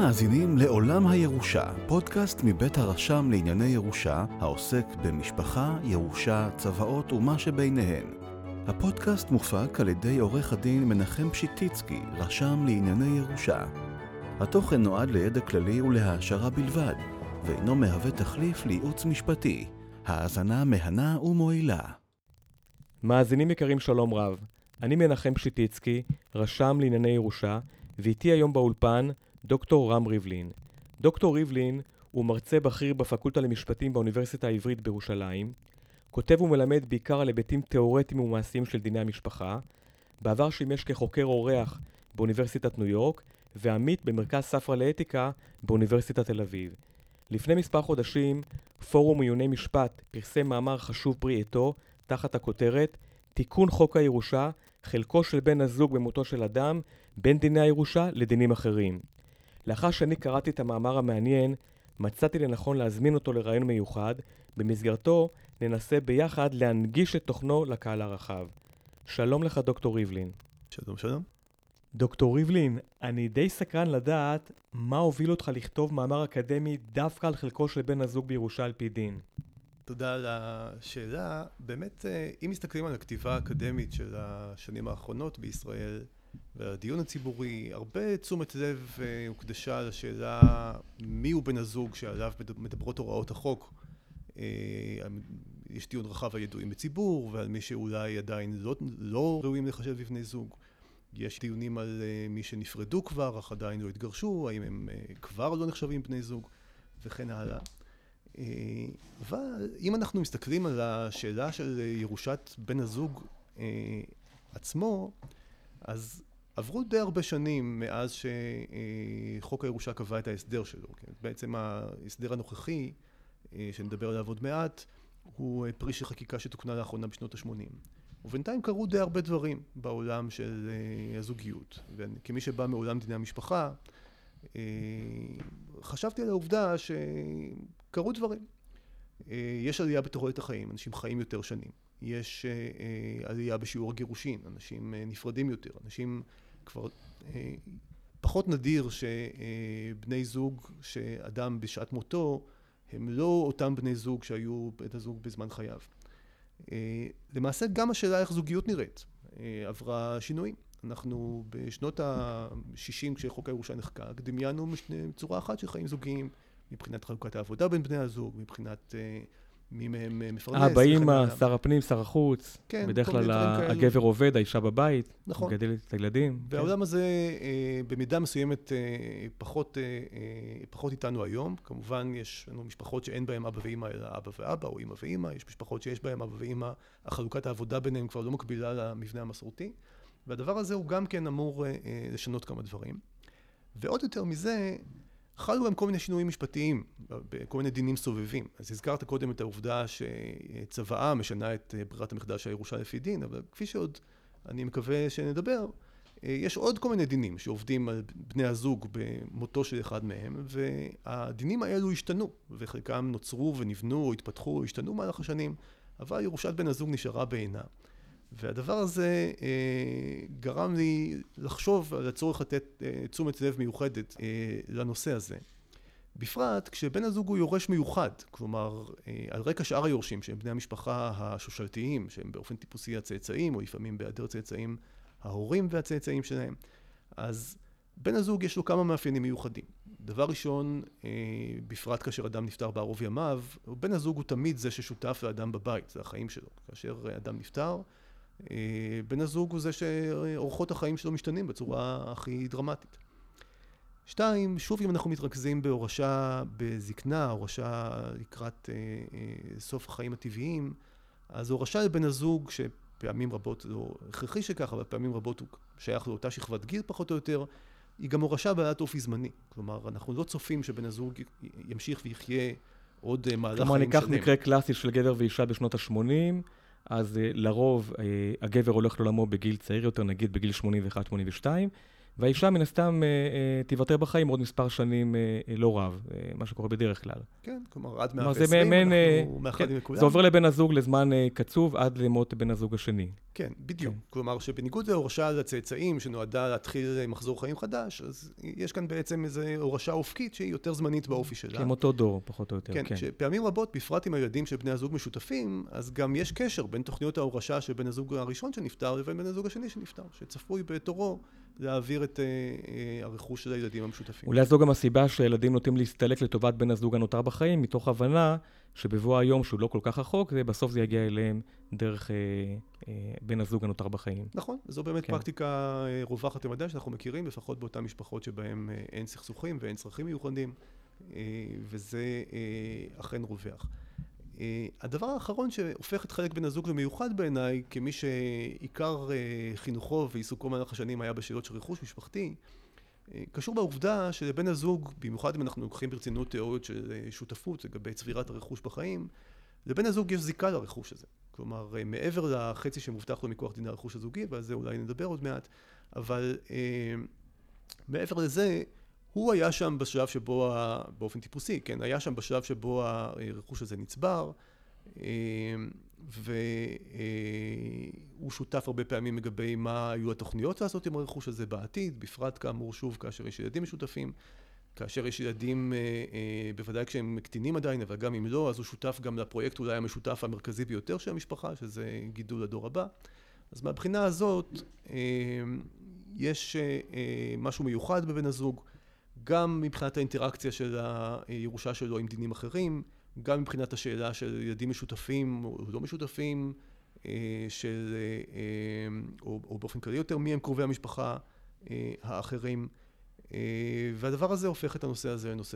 מאזינים לעולם הירושה, פודקאסט מבית הרשם לענייני ירושה, העוסק במשפחה, ירושה, צוואות ומה שביניהן. הפודקאסט מופק על ידי עורך הדין מנחם פשיטיצקי, רשם לענייני ירושה. התוכן נועד לידע כללי ולהעשרה בלבד, ואינו מהווה תחליף לייעוץ משפטי. האזנה מהנה ומועילה. מאזינים יקרים, שלום רב. אני מנחם פשיטיצקי, רשם לענייני ירושה, ואיתי היום באולפן דוקטור רם ריבלין. דוקטור ריבלין הוא מרצה בכיר בפקולטה למשפטים באוניברסיטה העברית בירושלים, כותב ומלמד בעיקר על היבטים תיאורטיים ומעשיים של דיני המשפחה, בעבר שימש כחוקר אורח באוניברסיטת ניו יורק, ועמית במרכז ספרא לאתיקה באוניברסיטת תל אביב. לפני מספר חודשים, פורום עיוני משפט פרסם מאמר חשוב פרי עטו תחת הכותרת תיקון חוק הירושה, חלקו של בן הזוג במותו של אדם, בין דיני הירושה לדינים אחרים. לאחר שאני קראתי את המאמר המעניין, מצאתי לנכון להזמין אותו לרעיון מיוחד, במסגרתו ננסה ביחד להנגיש את תוכנו לקהל הרחב. שלום לך דוקטור ריבלין. שלום, שלום. דוקטור ריבלין, אני די סקרן לדעת מה הוביל אותך לכתוב מאמר אקדמי דווקא על חלקו של בן הזוג בירושה על פי דין. תודה על השאלה. באמת, אם מסתכלים על הכתיבה האקדמית של השנים האחרונות בישראל, והדיון הציבורי, הרבה תשומת לב הוקדשה לשאלה מיהו בן הזוג שעליו מדברות הוראות החוק. יש דיון רחב על ידועים בציבור, ועל מי שאולי עדיין לא ראויים לחשב בבני זוג. יש דיונים על מי שנפרדו כבר, אך עדיין לא התגרשו, האם הם כבר לא נחשבים בני זוג, וכן הלאה. אבל אם אנחנו מסתכלים על השאלה של ירושת בן הזוג עצמו, אז עברו די הרבה שנים מאז שחוק הירושה קבע את ההסדר שלו. בעצם ההסדר הנוכחי, שנדבר עליו עוד מעט, הוא פרי של חקיקה שתוקנה לאחרונה בשנות ה-80. ובינתיים קרו די הרבה דברים בעולם של הזוגיות. וכמי שבא מעולם דיני המשפחה, חשבתי על העובדה שקרו דברים. יש עלייה בתוחלת החיים, אנשים חיים יותר שנים. יש עלייה בשיעור הגירושין, אנשים נפרדים יותר, אנשים כבר פחות נדיר שבני זוג שאדם בשעת מותו הם לא אותם בני זוג שהיו בית הזוג בזמן חייו. למעשה גם השאלה איך זוגיות נראית עברה שינויים. אנחנו בשנות ה-60 כשחוק הירושה נחקק, דמיינו בצורה אחת של חיים זוגיים, מבחינת חלוקת העבודה בין בני הזוג, מבחינת מי מהם מפרנס. אבא, אמא, שר הפנים, שר החוץ. כן, בדרך כלל הגבר עובד, האישה בבית. נכון. מגדלת את הילדים. והעולם הזה במידה מסוימת פחות איתנו היום. כמובן יש לנו משפחות שאין בהם אבא ואמא אלא אבא ואבא או אמא ואמא. יש משפחות שיש בהם אבא ואמא, החלוקת העבודה ביניהם כבר לא מקבילה למבנה המסורתי. והדבר הזה הוא גם כן אמור לשנות כמה דברים. ועוד יותר מזה, חלו גם כל מיני שינויים משפטיים, כל מיני דינים סובבים. אז הזכרת קודם את העובדה שצוואה משנה את ברירת המחדל של הירושה לפי דין, אבל כפי שעוד אני מקווה שנדבר, יש עוד כל מיני דינים שעובדים על בני הזוג במותו של אחד מהם, והדינים האלו השתנו, וחלקם נוצרו ונבנו או התפתחו או השתנו מהלך השנים, אבל ירושת בן הזוג נשארה בעינה. והדבר הזה גרם לי לחשוב על הצורך לתת תשומת לב מיוחדת לנושא הזה. בפרט כשבן הזוג הוא יורש מיוחד, כלומר על רקע שאר היורשים שהם בני המשפחה השושלתיים, שהם באופן טיפוסי הצאצאים, או לפעמים בהיעדר צאצאים ההורים והצאצאים שלהם, אז בן הזוג יש לו כמה מאפיינים מיוחדים. דבר ראשון, בפרט כאשר אדם נפטר בערוב ימיו, בן הזוג הוא תמיד זה ששותף לאדם בבית, זה החיים שלו. כאשר אדם נפטר, בן הזוג הוא זה שאורחות החיים שלו משתנים בצורה הכי דרמטית. 2, שוב אם אנחנו מתרכזים בהורשה בזקנה, הורשה לקראת סוף החיים הטבעיים, אז הורשה לבן הזוג שפעמים רבות, לא הכרחי שכך, אבל פעמים רבות הוא שייך לאותה שכבת גיל פחות או יותר, היא גם הורשה בעלת אופי זמני. כלומר, אנחנו לא צופים שבן הזוג ימשיך ויחיה עוד מהלך חיים שלם. כלומר, ניקח מקרה קלאסי של גבר ואישה בשנות ה-80, אז לרוב הגבר הולך לעולמו בגיל צעיר יותר, נגיד בגיל 81-82, והאישה מן הסתם תיוותר בחיים עוד מספר שנים לא רב, מה שקורה בדרך כלל. כן, כלומר עד 120 אנחנו מאחדים לכולם. זה עובר לבן הזוג לזמן קצוב עד למות בן הזוג השני. כן, בדיוק. כלומר שבניגוד להורשה לצאצאים שנועדה להתחיל מחזור חיים חדש, אז יש כאן בעצם איזו הורשה אופקית שהיא יותר זמנית באופי שלה. כן, אותו דור, פחות או יותר. כן, שפעמים רבות, בפרט עם הילדים של בני הזוג משותפים, אז גם יש קשר בין תוכניות ההורשה של בן הזוג הראשון שנפטר לבין בן הזוג השני שנפטר, שצפוי בתורו להעביר את הרכוש של הילדים המשותפים. אולי זו גם הסיבה שילדים נוטים להסתלק לטובת בן הזוג הנותר בחיים, מתוך הבנה שבבוא היום שהוא לא כל כך רחוק, בסוף זה יגיע אליהם דרך בן הזוג הנותר בחיים. נכון, זו באמת פרקטיקה רווחת למדי שאנחנו מכירים, לפחות באותן משפחות שבהן אין סכסוכים ואין צרכים מיוחדים, וזה אכן רווח. הדבר האחרון שהופך את חלק בן הזוג למיוחד בעיניי, כמי שעיקר חינוכו ועיסוקו במהלך השנים היה בשאלות של רכוש משפחתי, קשור בעובדה שלבן הזוג, במיוחד אם אנחנו לוקחים ברצינות תיאוריות של שותפות לגבי צבירת הרכוש בחיים, לבן הזוג יש זיקה לרכוש הזה. כלומר, מעבר לחצי שמובטח לו מכוח דיני הרכוש הזוגי, ועל זה אולי נדבר עוד מעט, אבל מעבר לזה, הוא היה שם בשלב שבו, באופן טיפוסי, כן, היה שם בשלב שבו הרכוש הזה נצבר, והוא שותף הרבה פעמים לגבי מה היו התוכניות לעשות עם הרכוש הזה בעתיד, בפרט כאמור שוב כאשר יש ילדים משותפים, כאשר יש ילדים, בוודאי כשהם קטינים עדיין, אבל גם אם לא, אז הוא שותף גם לפרויקט אולי המשותף המרכזי ביותר של המשפחה, שזה גידול הדור הבא. אז מהבחינה הזאת, יש משהו מיוחד בבן הזוג, גם מבחינת האינטראקציה של הירושה שלו עם דינים אחרים, גם מבחינת השאלה של ילדים משותפים או לא משותפים, או באופן כללי יותר, מי הם קרובי המשפחה האחרים. והדבר הזה הופך את הנושא הזה לנושא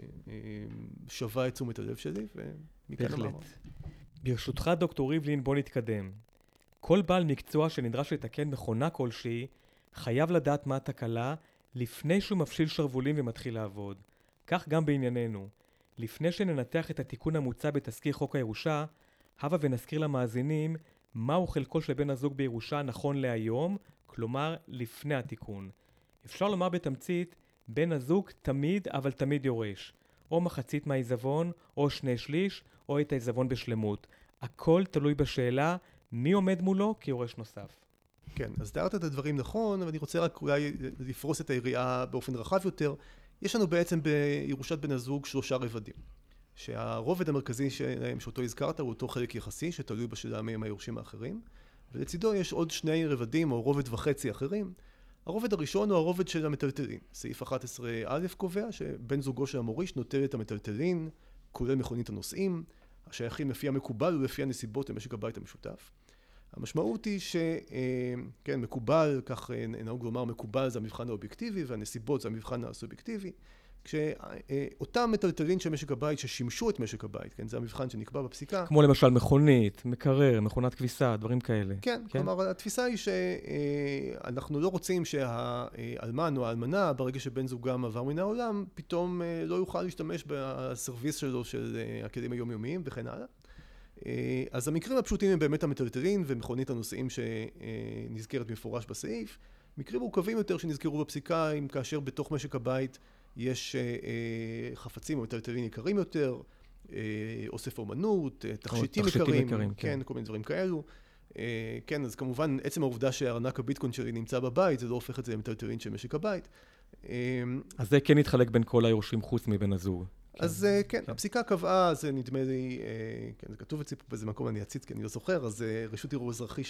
ששווה את תשומת הלב שלי, ומכאן המאמר. ברשותך דוקטור ריבלין, בוא נתקדם. כל בעל מקצוע שנדרש לתקן מכונה כלשהי, חייב לדעת מה התקלה, לפני שהוא מפשיל שרבולים ומתחיל לעבוד. כך גם בענייננו. לפני שננתח את התיקון המוצע בתזכיר חוק הירושה, הבה ונזכיר למאזינים מהו חלקו של בן הזוג בירושה נכון להיום, כלומר לפני התיקון. אפשר לומר בתמצית, בן הזוג תמיד אבל תמיד יורש. או מחצית מהעיזבון, או 2/3, או את העיזבון בשלמות. הכל תלוי בשאלה מי עומד מולו כיורש נוסף. כן, אז תיארת את הדברים נכון, אבל אני רוצה רק אולי לפרוס את היריעה באופן רחב יותר. יש לנו בעצם בירושת בן הזוג 3 רבדים. שהרובד המרכזי שלהם, שאותו הזכרת, הוא אותו חלק יחסי, שתלוי בשאלה מהם היורשים האחרים. ולצידו יש עוד 2 רבדים, או רובד וחצי אחרים. הרובד הראשון הוא הרובד של המטלטלין. סעיף 11א קובע שבן זוגו של המוריש נוטל את המטלטלין, כולל מכונית הנושאים, השייכים לפי המקובל ולפי הנסיבות למשק הבית המשותף. המשמעות היא שכן, מקובל, כך נהוג לומר, מקובל זה המבחן האובייקטיבי, והנסיבות זה המבחן הסובייקטיבי, כשאותם מטלטלין של משק הבית ששימשו את משק הבית, כן, זה המבחן שנקבע בפסיקה. כמו למשל מכונית, מקרר, מכונת כביסה, דברים כאלה. כן, כלומר, התפיסה היא שאנחנו לא רוצים שהאלמן או האלמנה, ברגע שבן זוגם עבר מן העולם, פתאום לא יוכל להשתמש בסרוויס שלו של הכלים היומיומיים וכן הלאה. אז המקרים הפשוטים הם באמת המטלטלין ומכונית הנושאים שנזכרת במפורש בסעיף. מקרים מורכבים יותר שנזכרו בפסיקה, אם כאשר בתוך משק הבית יש חפצים או מטלטלין יקרים יותר, אוסף אומנות, תכשיטים יקרים, כן, כל מיני דברים כאלו. כן, אז כמובן, עצם העובדה שהארנק הביטקוין שלי נמצא בבית, זה לא הופך את זה למטלטלין של משק הבית. אז זה כן יתחלק בין כל היורשים חוץ מבן הזוג. אז כן, הפסיקה קבעה, זה נדמה לי, כן, זה כתוב אצלי פה באיזה מקום, אני אציץ, כי אני לא זוכר, אז רשות ערעור אזרחי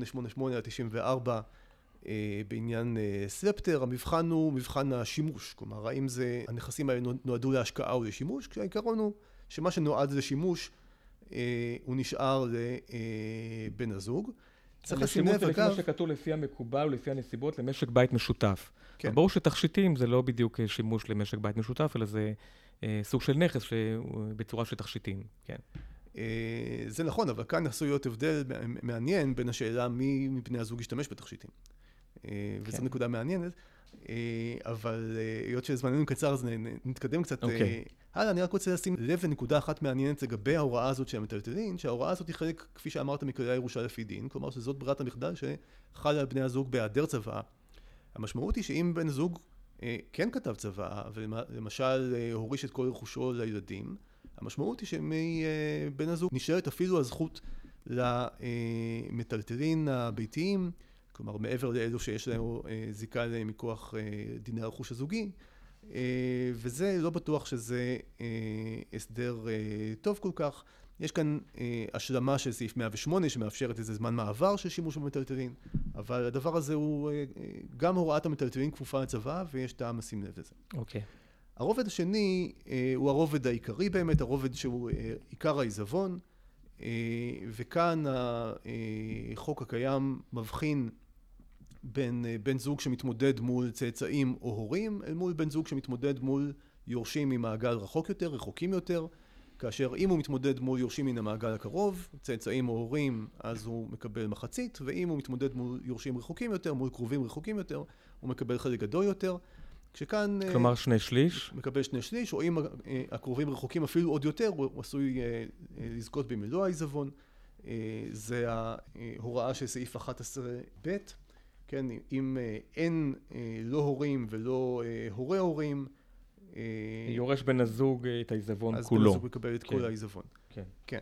3888/94 בעניין סלפטר, המבחן הוא מבחן השימוש, כלומר, האם זה, הנכסים האלה נועדו להשקעה או לשימוש, כשהעיקרון הוא שמה שנועד לשימוש, הוא נשאר לבן הזוג. צריך לשים לב, לפי מה שכתוב לפי המקובל ולפי הנסיבות למשק בית משותף. ברור שתכשיטים זה לא בדיוק שימוש למשק בית משותף, אלא זה סוג של נכס בצורה של תכשיטים, כן. זה נכון, אבל כאן עשוי להיות הבדל מעניין בין השאלה מי מבני הזוג ישתמש בתכשיטים. וזו נקודה מעניינת, אבל היות שזמננו קצר, אז נתקדם קצת. הלאה, אני רק רוצה לשים לב לנקודה אחת מעניינת לגבי ההוראה הזאת של המטלטלין, שההוראה הזאת היא חלק, כפי שאמרת, מכללי הירושה לפי דין, כלומר שזאת ברירת המחדל שחלה על בני הזוג בהיעדר צוואה. המשמעות היא שאם בן זוג כן כתב צוואה, ולמשל הוריש את כל רכושו לילדים, המשמעות היא שמבן הזוג נשארת אפילו הזכות למטלטלין הביתיים, כלומר מעבר לאלו שיש לנו זיקה מכוח דיני הרכוש הזוגי, וזה לא בטוח שזה הסדר טוב כל כך. יש כאן השלמה של סעיף 108 שמאפשרת איזה זמן מעבר של שימוש במטלטלין, אבל הדבר הזה הוא גם הוראת המטלטלין כפופה לצוואה, ויש טעם לשים לב לזה. אוקיי. הרובד השני הוא הרובד העיקרי באמת, הרובד שהוא עיקר העיזבון, וכאן החוק הקיים מבחין בין בן זוג שמתמודד מול צאצאים או הורים, אל מול בן זוג שמתמודד מול יורשים ממעגל רחוק יותר, רחוקים יותר, כאשר אם הוא מתמודד מול יורשים מן המעגל הקרוב, צאצאים או הורים, אז הוא מקבל מחצית, ואם הוא מתמודד מול יורשים רחוקים יותר, מול קרובים רחוקים יותר, הוא מקבל חלק גדול יותר. כשכאן... כלומר 2/3? מקבל 2/3, או אם הקרובים רחוקים אפילו עוד יותר, הוא עשוי לזכות במלוא העיזבון. זה ההוראה של סעיף 11ב', כן, אם אין לא הורים ולא הורי הורים, יורש בן הזוג את העיזבון כולו. אז בן הזוג מקבל את כל העיזבון. כן. כן.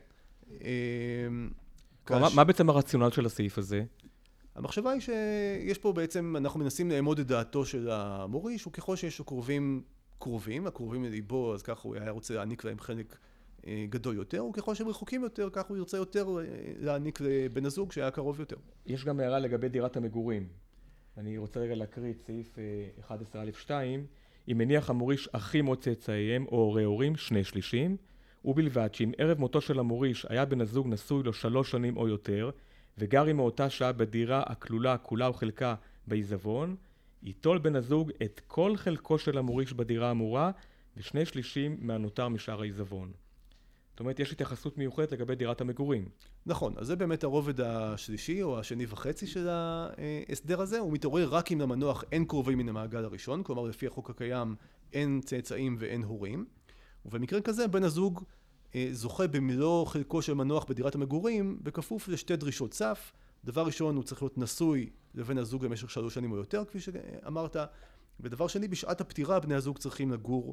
מה בעצם הרציונל של הסעיף הזה? המחשבה היא שיש פה בעצם, אנחנו מנסים לאמוד את דעתו של המוריש, וככל שיש לו קרובים, הקרובים לליבו, אז ככה הוא היה רוצה להעניק להם חלק גדול יותר, וככל שהם רחוקים יותר, כך הוא ירצה יותר להעניק לבן הזוג שהיה קרוב יותר. יש גם הערה לגבי דירת המגורים. אני רוצה רגע להקריא את סעיף 11א2, אם מניח המוריש אחים או צאצאיהם או הורי הורים 2/3, ובלבד שאם ערב מותו של המוריש היה בן הזוג נשוי לו 3 שנים או יותר, וגר עם אותה שעה בדירה הכלולה כולה או חלקה בעיזבון, ייטול בן הזוג את כל חלקו של המוריש בדירה האמורה, ו2/3 מהנותר משאר העיזבון. זאת אומרת, יש התייחסות מיוחדת לגבי דירת המגורים. נכון, אז זה באמת הרובד השלישי או השני וחצי של ההסדר הזה. הוא מתעורר רק אם למנוח אין קרובים מן המעגל הראשון, כלומר לפי החוק הקיים אין צאצאים ואין הורים. ובמקרה כזה בן הזוג זוכה במלוא חלקו של מנוח בדירת המגורים, בכפוף לשתי דרישות סף. דבר ראשון, הוא צריך להיות נשוי לבן הזוג למשך 3 שנים או יותר, כפי שאמרת. ודבר שני, בשעת הפטירה בני הזוג צריכים לגור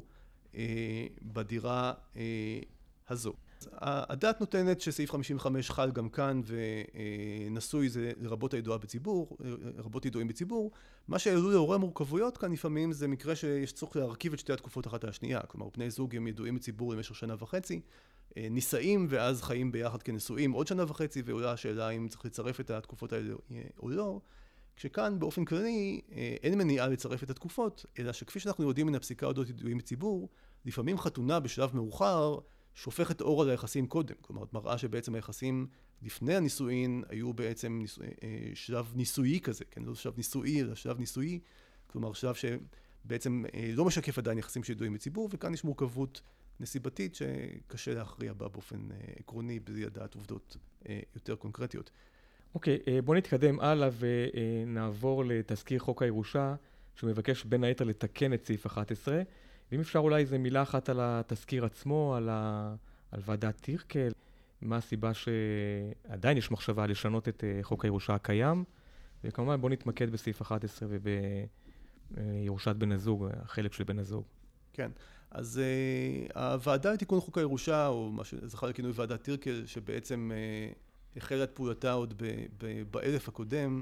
בדירה הזו. הדת נותנת שסעיף 55 חל גם כאן, ונשוי זה לרבות הידועה בציבור, לרבות ידועים בציבור. מה שעלול לעורר מורכבויות כאן לפעמים זה מקרה שיש צורך להרכיב את שתי התקופות אחת על השנייה. כלומר, בני זוג הם ידועים בציבור למשך 1.5 שנה, נישאים ואז חיים ביחד כנשואים עוד 1.5 שנה, ועולה השאלה אם צריך לצרף את התקופות האלה או לא. כשכאן באופן כללי אין מניעה לצרף את התקופות, אלא שכפי שאנחנו יודעים מן הפסיקה אודות ידועים בציבור, לפעמים חתונה בשלב מאוחר שופכת אור על היחסים קודם. כלומר, את מראה שבעצם היחסים לפני הנישואין היו בעצם שלב נישואי כזה, כן? לא שלב נישואי, אלא שלב נישואי, כלומר שלב שבעצם לא משקף עדיין יחסים שידועים בציבור, וכאן יש מורכבות נסיבתית שקשה להכריע בה באופן עקרוני, בלי לדעת עובדות יותר קונקרטיות. אוקיי, בוא נתקדם הלאה ונעבור לתזכיר חוק הירושה, שמבקש בין היתר לתקן את סעיף 11, ואם אפשר אולי איזה מילה אחת על התזכיר עצמו, על ועדת טירקל, מה הסיבה שעדיין יש מחשבה לשנות את חוק הירושה הקיים, וכמובן בוא נתמקד בסעיף 11 ובירושת בן הזוג, החלק של בן הזוג. כן, אז הוועדה לתיקון חוק הירושה, או מה שזכה לכינוי ועדת טירקל, שבעצם החלה את פעולתה עוד באלף הקודם,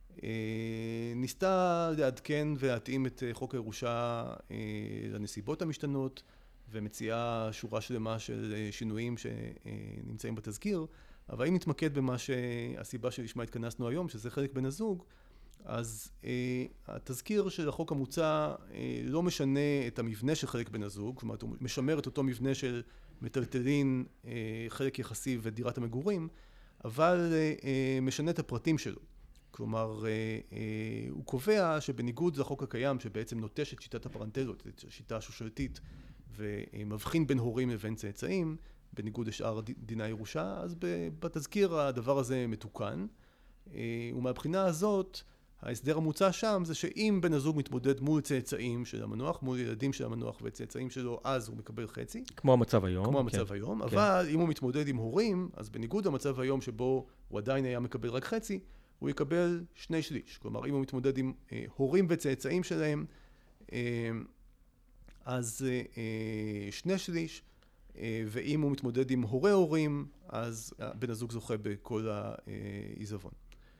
ניסתה לעדכן ולהתאים את חוק הירושה לנסיבות המשתנות, ומציעה שורה שלמה של שינויים שנמצאים בתזכיר. אבל אם נתמקד במה שהסיבה שלשמה התכנסנו היום, שזה חלק בן הזוג, אז התזכיר של החוק המוצע לא משנה את המבנה של חלק בן הזוג, כלומר הוא משמר את אותו מבנה של מטלטלין, חלק יחסי ודירת המגורים, אבל משנה את הפרטים שלו. כלומר, הוא קובע שבניגוד לחוק הקיים, שבעצם נוטש את שיטת הפרנטלות, את השיטה השושלתית, ומבחין בין הורים לבין צאצאים, בניגוד לשאר דיני הירושה, אז בתזכיר הדבר הזה מתוקן. ומהבחינה הזאת, ההסדר המוצע שם זה שאם בן הזוג מתמודד מול צאצאים של המנוח, מול ילדים של המנוח וצאצאים שלו, אז הוא מקבל חצי. כמו המצב היום. כמו המצב היום, אבל אם הוא מתמודד עם הורים, אז בניגוד למצב היום שבו הוא עדיין היה מקבל רק חצי, הוא יקבל 2/3. כלומר, אם הוא מתמודד עם הורים וצאצאים שלהם, אז 2/3, ואם הוא מתמודד עם הורי הורים, אז בן הזוג זוכה בכל העיזבון.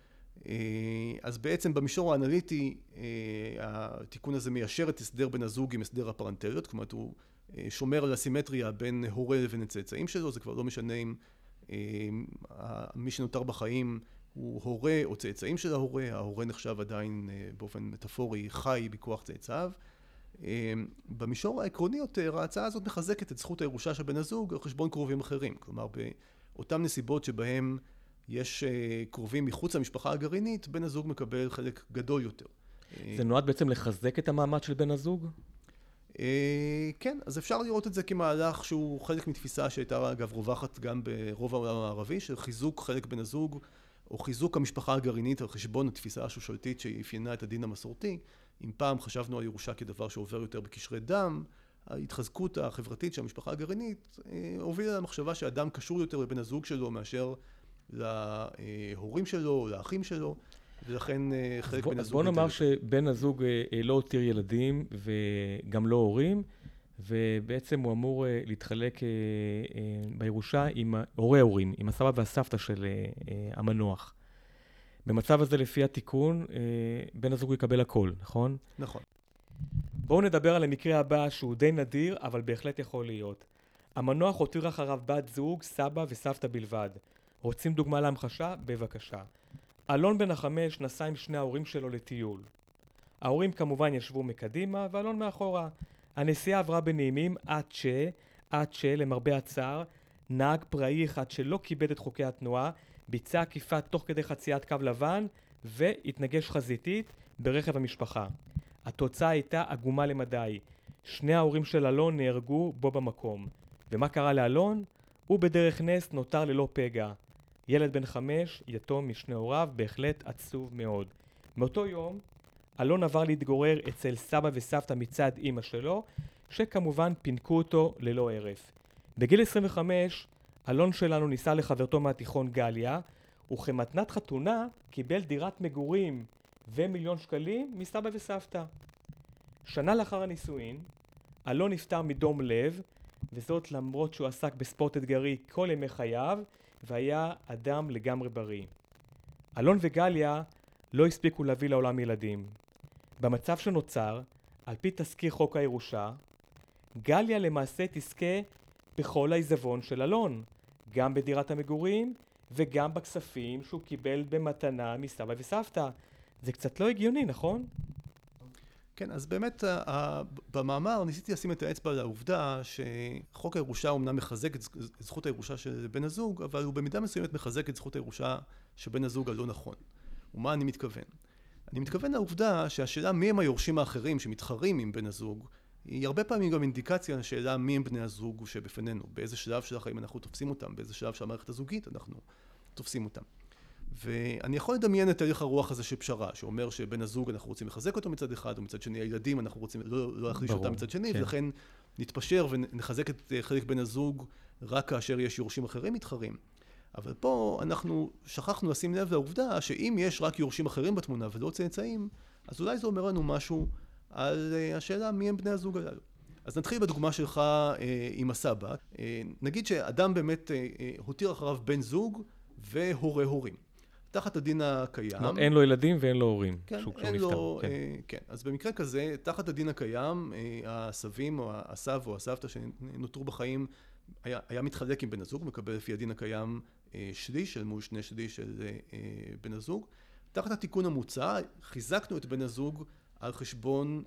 אז בעצם במישור האנליטי, התיקון הזה מיישר את הסדר בן הזוג עם הסדר הפרנטליות, כלומר הוא שומר על הסימטריה בין הורה לבין הצאצאים שלו, זה כבר לא משנה אם מי שנותר בחיים הוא הורה או צאצאים של ההורה נחשב עדיין באופן מטאפורי חי בכוח צאצאיו. במישור העקרוני יותר, ההצעה הזאת מחזקת את זכות הירושה של בן הזוג על חשבון קרובים אחרים, כלומר באותן נסיבות שבהם יש קרובים מחוץ למשפחה הגרעינית, בן הזוג מקבל חלק גדול יותר. זה נועד בעצם לחזק את המעמד של בן הזוג? כן, אז אפשר לראות את זה כמהלך שהוא חלק מתפיסה שהייתה אגב רווחת גם ברוב העולם הערבי, של חיזוק חלק בן הזוג, או חיזוק המשפחה הגרעינית על חשבון התפיסה השושלתית שאפיינה את הדין המסורתי. אם פעם חשבנו על ירושה כדבר שעובר יותר בקשרי דם, ההתחזקות החברתית של המשפחה הגרעינית הובילה למחשבה שאדם קשור יותר לבן הזוג שלו מאשר להורים שלו או לאחים שלו, ולכן חלק בן הזוג... אז בוא נאמר שבן הזוג לא הותיר ילדים וגם לא הורים, ובעצם הוא אמור להתחלק בירושה עם הורי הורים, עם הסבא והסבתא של המנוח. במצב הזה לפי התיקון, בן הזוג יקבל הכל, נכון? נכון. בואו נדבר על המקרה הבא שהוא די נדיר, אבל בהחלט יכול להיות. המנוח הותיר אחריו בת זוג, סבא וסבתא בלבד. רוצים דוגמה להמחשה? בבקשה. אלון בן 5 נסע עם שני ההורים שלו לטיול. ההורים כמובן ישבו מקדימה ואלון מאחורה. הנסיעה עברה בנעימים עד למרבה הצער, נהג פראי אחד שלא כיבד את חוקי התנועה, ביצע עקיפה תוך כדי חציית קו לבן והתנגש חזיתית ברכב המשפחה. התוצאה הייתה עגומה למדי. שני ההורים של אלון נהרגו בו במקום. ומה קרה לאלון? הוא בדרך נס נותר ללא פגע. ילד בן 5, יתום משני הוריו, בהחלט עצוב מאוד. מאותו יום, אלון עבר להתגורר אצל סבא וסבתא מצד אמא שלו, שכמובן פינקו אותו ללא הרף. בגיל 25, אלון שלנו ניסה לחברתו מהתיכון גליה, וכמתנת חתונה קיבל דירת מגורים ו1,000,000 שקלים מסבא וסבתא. שנה לאחר הנישואין, אלון נפטר מדום לב, וזאת למרות שהוא עסק בספורט אתגרי כל ימי חייו, והיה אדם לגמרי בריא. אלון וגליה לא הספיקו להביא לעולם ילדים. במצב שנוצר, על פי תזכיר חוק הירושה, גליה למעשה תזכה בכל העיזבון של אלון, גם בדירת המגורים וגם בכספים שהוא קיבל במתנה מסבא וסבתא. זה קצת לא הגיוני, נכון? כן, אז באמת במאמר ניסיתי לשים את האצבע לעובדה שחוק הירושה אומנם מחזק את זכות הירושה של בן הזוג, אבל הוא במידה מסוימת מחזק את זכות הירושה של בן הזוג הלא נכון. ומה אני מתכוון? אני מתכוון לעובדה שהשאלה מי הם היורשים האחרים שמתחרים עם בן הזוג, היא הרבה פעמים גם אינדיקציה לשאלה מי הם בני הזוג שבפנינו, באיזה שלב של החיים אנחנו תופסים אותם, באיזה שלב של המערכת הזוגית אנחנו תופסים אותם. ואני יכול לדמיין את הליך הרוח הזה של פשרה, שאומר שבן הזוג אנחנו רוצים לחזק אותו מצד אחד, ומצד שני הילדים אנחנו רוצים לא להחליש אותם מצד שני, כן. ולכן נתפשר ונחזק את חלק בן הזוג רק כאשר יש יורשים אחרים מתחרים. אבל פה אנחנו שכחנו לשים לב לעובדה שאם יש רק יורשים אחרים בתמונה ולא צאצאים, אז אולי זה אומר לנו משהו על השאלה מי הם בני הזוג הללו. אז נתחיל בדוגמה שלך עם הסבא. נגיד שאדם באמת הותיר אחריו בן זוג והורי הורים. תחת הדין הקיים... אין לו ילדים ואין לו הורים. כן, אין לו... כן. אז במקרה כזה, תחת הדין הקיים, הסבים או הסב או הסבתא שנותרו בחיים היה מתחלק עם בן הזוג, מקבל לפי הדין הקיים שליש, אל מול 2/3 של בן הזוג. תחת התיקון המוצע, חיזקנו את בן הזוג על חשבון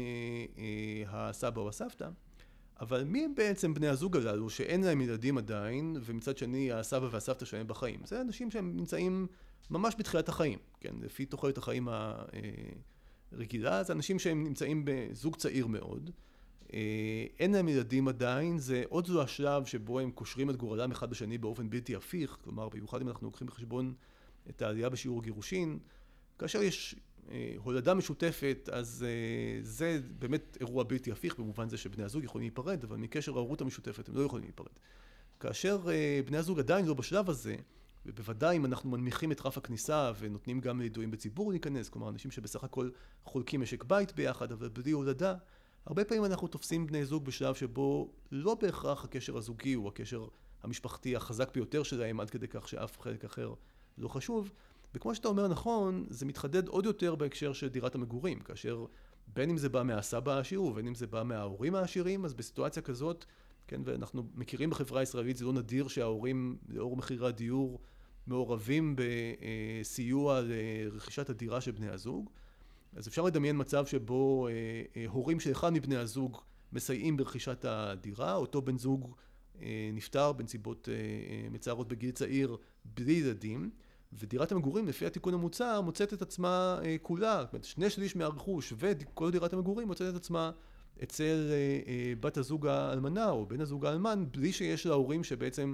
הסבא או הסבתא, אבל מי הם בעצם בני הזוג הללו שאין להם ילדים עדיין, ומצד שני הסבא והסבתא שלהם בחיים? זה אנשים שהם נמצאים ממש בתחילת החיים, כן? לפי תוחלת החיים הרגילה, זה אנשים שהם נמצאים בזוג צעיר מאוד, אין להם ילדים עדיין, זה עוד זו השלב שבו הם קושרים את גורלם אחד בשני באופן בלתי הפיך, כלומר במיוחד אם אנחנו לוקחים בחשבון את העלייה בשיעור הגירושין, כאשר יש הולדה משותפת, אז זה באמת אירוע בלתי הפיך במובן זה שבני הזוג יכולים להיפרד, אבל מקשר ההורות המשותפת הם לא יכולים להיפרד. כאשר בני הזוג עדיין לא בשלב הזה, ובוודאי אם אנחנו מנמיכים את רף הכניסה ונותנים גם לידועים בציבור להיכנס, כלומר אנשים שבסך הכל חולקים משק בית ביחד, אבל בלי הולדה, הרבה פעמים אנחנו תופסים בני זוג בשלב שבו לא בהכרח הקשר הזוגי הוא הקשר המשפחתי החזק ביותר שלהם, עד כדי כך שאף חלק אחר לא חשוב. וכמו שאתה אומר נכון, זה מתחדד עוד יותר בהקשר של דירת המגורים, כאשר בין אם זה בא מהסבא העשיר ובין אם זה בא מההורים העשירים, אז בסיטואציה כזאת, כן, ואנחנו מכירים בחברה הישראלית, זה לא נדיר שההורים לאור מחירי הדיור מעורבים בסיוע לרכישת הדירה של בני הזוג. אז אפשר לדמיין מצב שבו הורים של אחד מבני הזוג מסייעים ברכישת הדירה, אותו בן זוג נפטר בנסיבות מצערות בגיל צעיר בלי ילדים, ודירת המגורים לפי התיקון המוצע מוצאת את עצמה כולה, זאת אומרת 2/3 מהרכוש וכל דירת המגורים מוצאת את עצמה אצל בת הזוג האלמנה או בן הזוג האלמן, בלי שיש להורים שבעצם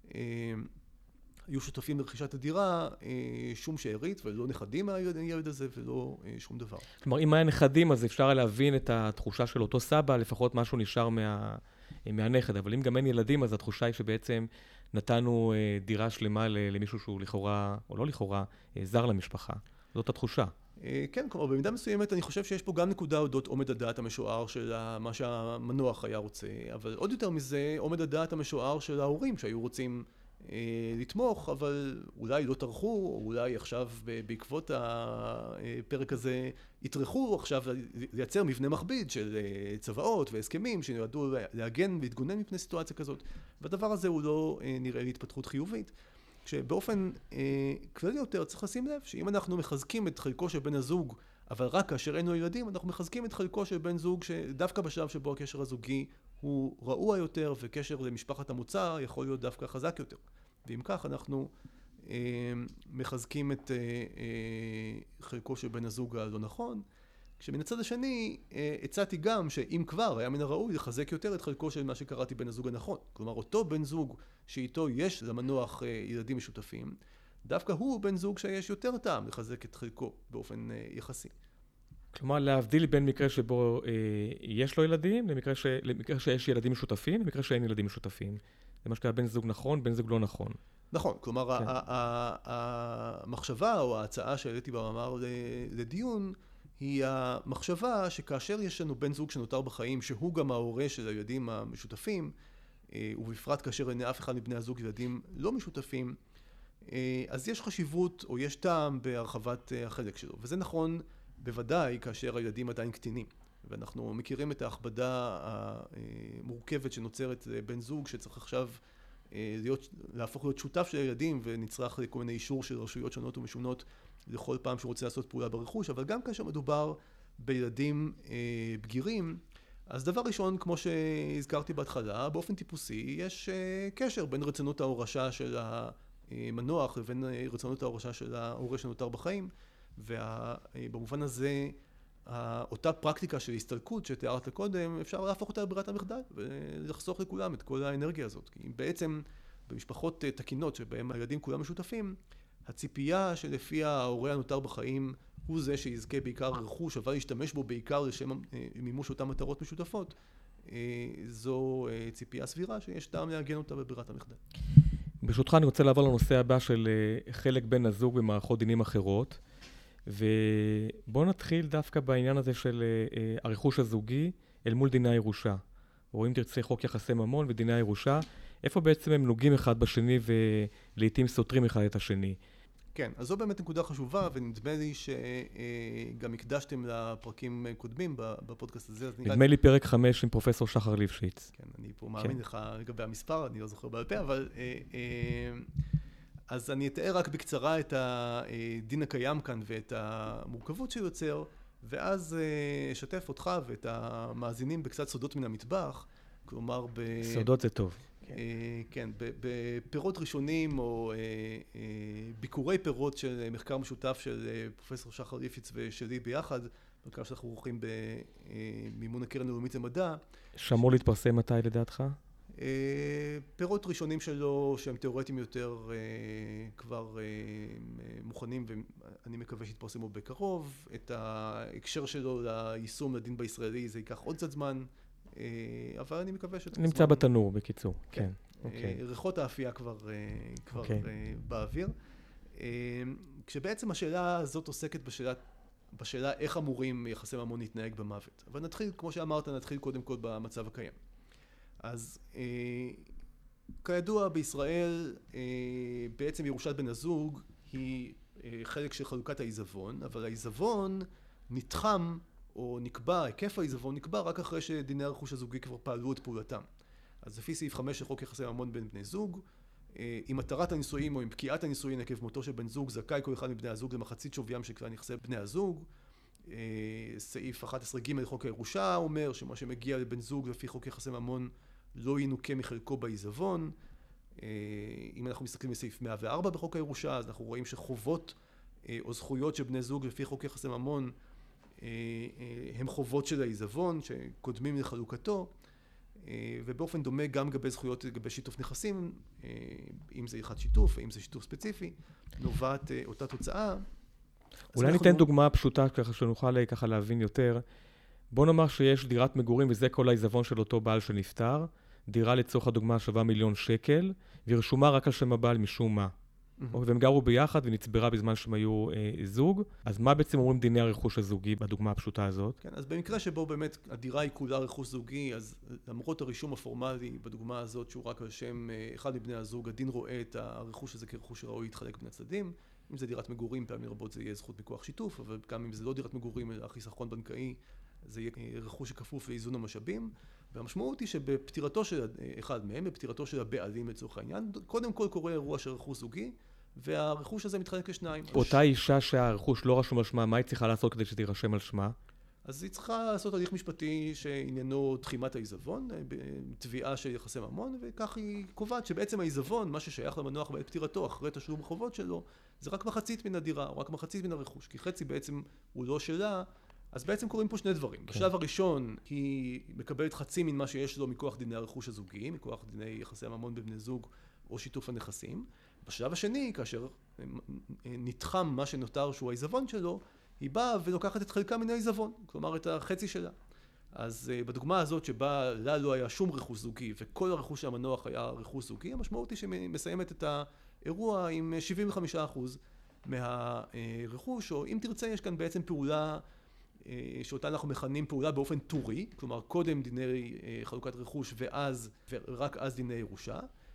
היו שותפים לרכישת הדירה שום שארית, ולא נכדים מהילד הזה ולא שום דבר. כלומר, אם היה נכדים אז אפשר להבין את התחושה של אותו סבא, לפחות משהו נשאר מהנכד, אבל אם גם אין ילדים אז התחושה היא שבעצם נתנו דירה שלמה למישהו שהוא לכאורה, או לא לכאורה, זר למשפחה. זאת התחושה. כן, כלומר, במידה מסוימת אני חושב שיש פה גם נקודה אודות עומד הדעת המשוער של מה שהמנוח היה רוצה, אבל עוד יותר מזה עומד הדעת המשוער של ההורים שהיו רוצים לתמוך, אבל אולי לא טרחו, או אולי עכשיו בעקבות הפרק הזה יטרחו עכשיו לייצר מבנה מכביד של צוואות והסכמים שנועדו להגן ולהתגונן מפני סיטואציה כזאת, והדבר הזה הוא לא נראה לי התפתחות חיובית. שבאופן כללי יותר צריך לשים לב שאם אנחנו מחזקים את חלקו של בן הזוג, אבל רק כאשר אין לו ילדים, אנחנו מחזקים את חלקו של בן זוג שדווקא בשלב שבו הקשר הזוגי הוא רעוע יותר, וקשר למשפחת המוצא יכול להיות דווקא חזק יותר. ואם כך אנחנו מחזקים את חלקו של בן הזוג הלא נכון, כשמן הצד השני הצעתי גם שאם כבר היה מן הראוי לחזק יותר את חלקו של מה שקראתי בן הזוג הנכון. כלומר אותו בן זוג שאיתו יש למנוח ילדים משותפים, דווקא הוא בן זוג שיש יותר טעם לחזק את חלקו באופן יחסי. כלומר להבדיל בין מקרה שבו יש לו ילדים, למקרה שיש ילדים משותפים, למקרה שאין ילדים משותפים. זה מה שקרה בן זוג נכון, בן זוג לא נכון. נכון, כלומר כן. המחשבה או ההצעה שהעליתי במאמר לדיון, היא המחשבה שכאשר יש לנו בן זוג שנותר בחיים, שהוא גם ההורה של הילדים המשותפים, ובפרט כאשר אין אף אחד מבני הזוג ילדים לא משותפים, אז יש חשיבות או יש טעם בהרחבת החלק שלו. וזה נכון בוודאי כאשר הילדים עדיין קטינים. ואנחנו מכירים את ההכבדה המורכבת שנוצרת בן זוג שצריך עכשיו להפוך להיות שותף של הילדים, ונצטרך לכל מיני אישור של רשויות שונות ומשונות לכל פעם שהוא רוצה לעשות פעולה ברכוש, אבל גם כאשר מדובר בילדים בגירים, אז דבר ראשון, כמו שהזכרתי בהתחלה, באופן טיפוסי יש קשר בין רצונות ההורשה של המנוח לבין רצונות ההורשה של ההורה שנותר בחיים, ובמובן הזה אותה פרקטיקה של הסתלקות שתיארת קודם, אפשר להפוך אותה לברירת המחדל ולחסוך לכולם את כל האנרגיה הזאת. כי בעצם במשפחות תקינות שבהם הילדים כולם משותפים, הציפייה שלפיה ההורה הנותר בחיים הוא זה שיזכה בעיקר רכוש, אבל ישתמש בו בעיקר לשם מימוש אותן מטרות משותפות, זו ציפייה סבירה שיש טעם להגן אותה בברירת המחדל. ברשותך אני רוצה לעבור לנושא הבא של חלק בן הזוג במערכות דינים אחרות, ובואו נתחיל דווקא בעניין הזה של הרכוש הזוגי אל מול דיני הירושה. או אם תרצה חוק יחסי ממון ודיני הירושה, איפה בעצם הם נוגעים אחד בשני ולעיתים סותרים אחד את השני. כן, אז זו באמת נקודה חשובה, ונדמה לי שגם הקדשתם לפרקים קודמים בפודקאסט הזה. נדמה לי פרק 5 עם פרופסור שחר ליפשיץ. כן, אני פה מאמין לך לגבי המספר, אני לא זוכר בעל פה, אבל אז אני אתאר רק בקצרה את הדין הקיים כאן ואת המורכבות שיוצר, ואז אשתף אותך ואת המאזינים בקצת סודות מן המטבח, כלומר סודות זה טוב. כן, בפירות ראשונים או ביקורי פירות של מחקר משותף של פרופסור שחר ליפשיץ ושלי ביחד, מחקר שאנחנו עורכים במימון הקרן הלאומית למדע. שאמור להתפרסם מתי לדעתך? פירות ראשונים שלו שהם תיאורטיים יותר כבר מוכנים, ואני מקווה שיתפרסמו בקרוב. את ההקשר שלו ליישום לדין בישראלי זה ייקח עוד קצת זמן, אבל אני מקווה נמצא בתנור בקיצור. כן. ריחות האפייה כבר באוויר. כשבעצם השאלה הזאת עוסקת בשאלה איך אמורים יחסי ממון להתנהג במוות. אבל נתחיל, כמו שאמרת, נתחיל קודם כל במצב הקיים. אז כידוע בישראל בעצם ירושת בן הזוג היא חלק של חלוקת העיזבון, אבל העיזבון נתחם או נקבע, היקף העיזבון נקבע רק אחרי שדיני הרכוש הזוגי כבר פעלו את פעולתם. אז לפי סעיף 5 לחוק יחסי ממון בין בני זוג, עם התרת הנישואין או עם פקיעת הנישואין עקב מותו של בן זוג, זכאי כל אחד מבני הזוג למחצית שוויים של כלל נכסי בני הזוג. סעיף 11ג לחוק הירושה אומר שמה שמגיע לבן זוג לפי חוק יחסי ממון לא ינוקה מחלקו בעיזבון. אם אנחנו מסתכלים בסעיף 104 בחוק הירושה, אז אנחנו רואים שחובות או זכויות של בני זוג לפי חוק יחסי ממון הם חובות של העיזבון שקודמים לחלוקתו, ובאופן דומה גם לגבי זכויות לגבי שיתוף נכסים, אם זה הלכת שיתוף, אם זה שיתוף ספציפי, נובעת אותה תוצאה. אולי ניתן דוגמה פשוטה ככה שנוכל ככה להבין יותר. בוא נאמר שיש דירת מגורים וזה כל העיזבון של אותו בעל שנפטר, דירה לצורך הדוגמה שווה 1,000,000 שקל, והיא רשומה רק על שם הבעל משום מה. והם גרו ביחד ונצברה בזמן שהם היו זוג. אז מה בעצם אומרים דיני הרכוש הזוגי בדוגמה הפשוטה הזאת? כן, אז במקרה שבו באמת הדירה היא כולה רכוש זוגי, אז למרות הרישום הפורמלי בדוגמה הזאת שהוא רק על שם אחד מבני הזוג, הדין רואה את הרכוש הזה כרכוש שראוי להתחלק בין הצדדים. אם זה דירת מגורים, פעמים רבות זה יהיה זכות מכוח שיתוף, אבל גם אם זה לא דירת מגורים אלא חיסכון בנקאי, זה יהיה רכוש שכפוף לאיזון המשאבים. והמשמעות היא שבפטירתו של אחד מהם, בפטירתו של הבעלים לצורך העניין, קודם כל קורה אירוע של רכוש זוגי, והרכוש הזה מתחלק לשניים. אותה אישה שהרכוש לא רשום על שמה, מה היא צריכה לעשות כדי שתירשם על שמה? אז היא צריכה לעשות הליך משפטי שעניינו תחימת העיזבון, תביעה של יחסי ממון, וכך היא קובעת שבעצם העיזבון, מה ששייך למנוח בעת פטירתו אחרי תשלום החובות שלו, זה רק מחצית מן הדירה, או רק מחצית מן הרכוש, כי חצי בעצם הוא לא שלה. אז בעצם קוראים פה שני דברים. בשלב הראשון היא מקבלת חצי מן מה שיש לו מכוח דיני הרכוש הזוגי, מכוח דיני יחסי הממון בבני זוג או שיתוף הנכסים. בשלב השני, כאשר נתחם מה שנותר שהוא העיזבון שלו, היא באה ולוקחת את חלקה מן העיזבון, כלומר את החצי שלה. אז בדוגמה הזאת שבה לה לא היה שום רכוש זוגי וכל הרכוש של המנוח היה רכוש זוגי, המשמעות היא שמסיימת את האירוע עם 75% מהרכוש, או אם תרצה יש כאן בעצם פעולה שאותה אנחנו מכנים פעולה באופן טורי, כלומר קודם דיני חלוקת רכוש ורק אז דיני ירושה,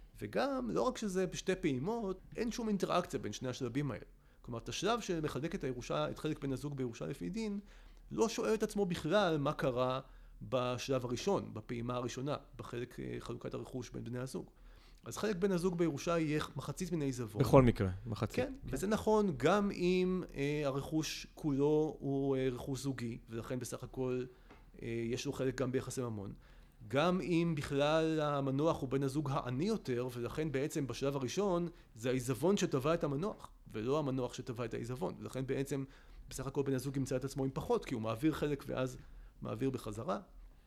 וגם לא רק שזה בשתי פעימות, אין שום אינטראקציה בין שני השלבים האלה. כלומר, את השלב שמחלק את הירושה, את חלק בן הזוג בירושה לפי דין, לא שואל את עצמו בכלל מה קרה בשלב הראשון, בפעימה הראשונה, בחלק חלוקת הרכוש בין בני הזוג. אז חלק בן הזוג בירושה יהיה מחצית מן העיזבון. בכל מקרה, מחצית. כן, וזה נכון גם אם הרכוש כולו הוא רכוש זוגי, ולכן בסך הכל יש לו חלק גם ביחסי ממון. גם אם בכלל המנוח הוא בן הזוג העני יותר, ולכן בעצם בשלב הראשון זה העיזבון שטבע את המנוח, ולא המנוח שטבע את העיזבון. ולכן בעצם בסך הכל בן הזוג ימצא את עצמו עם פחות, כי הוא מעביר חלק ואז מעביר בחזרה.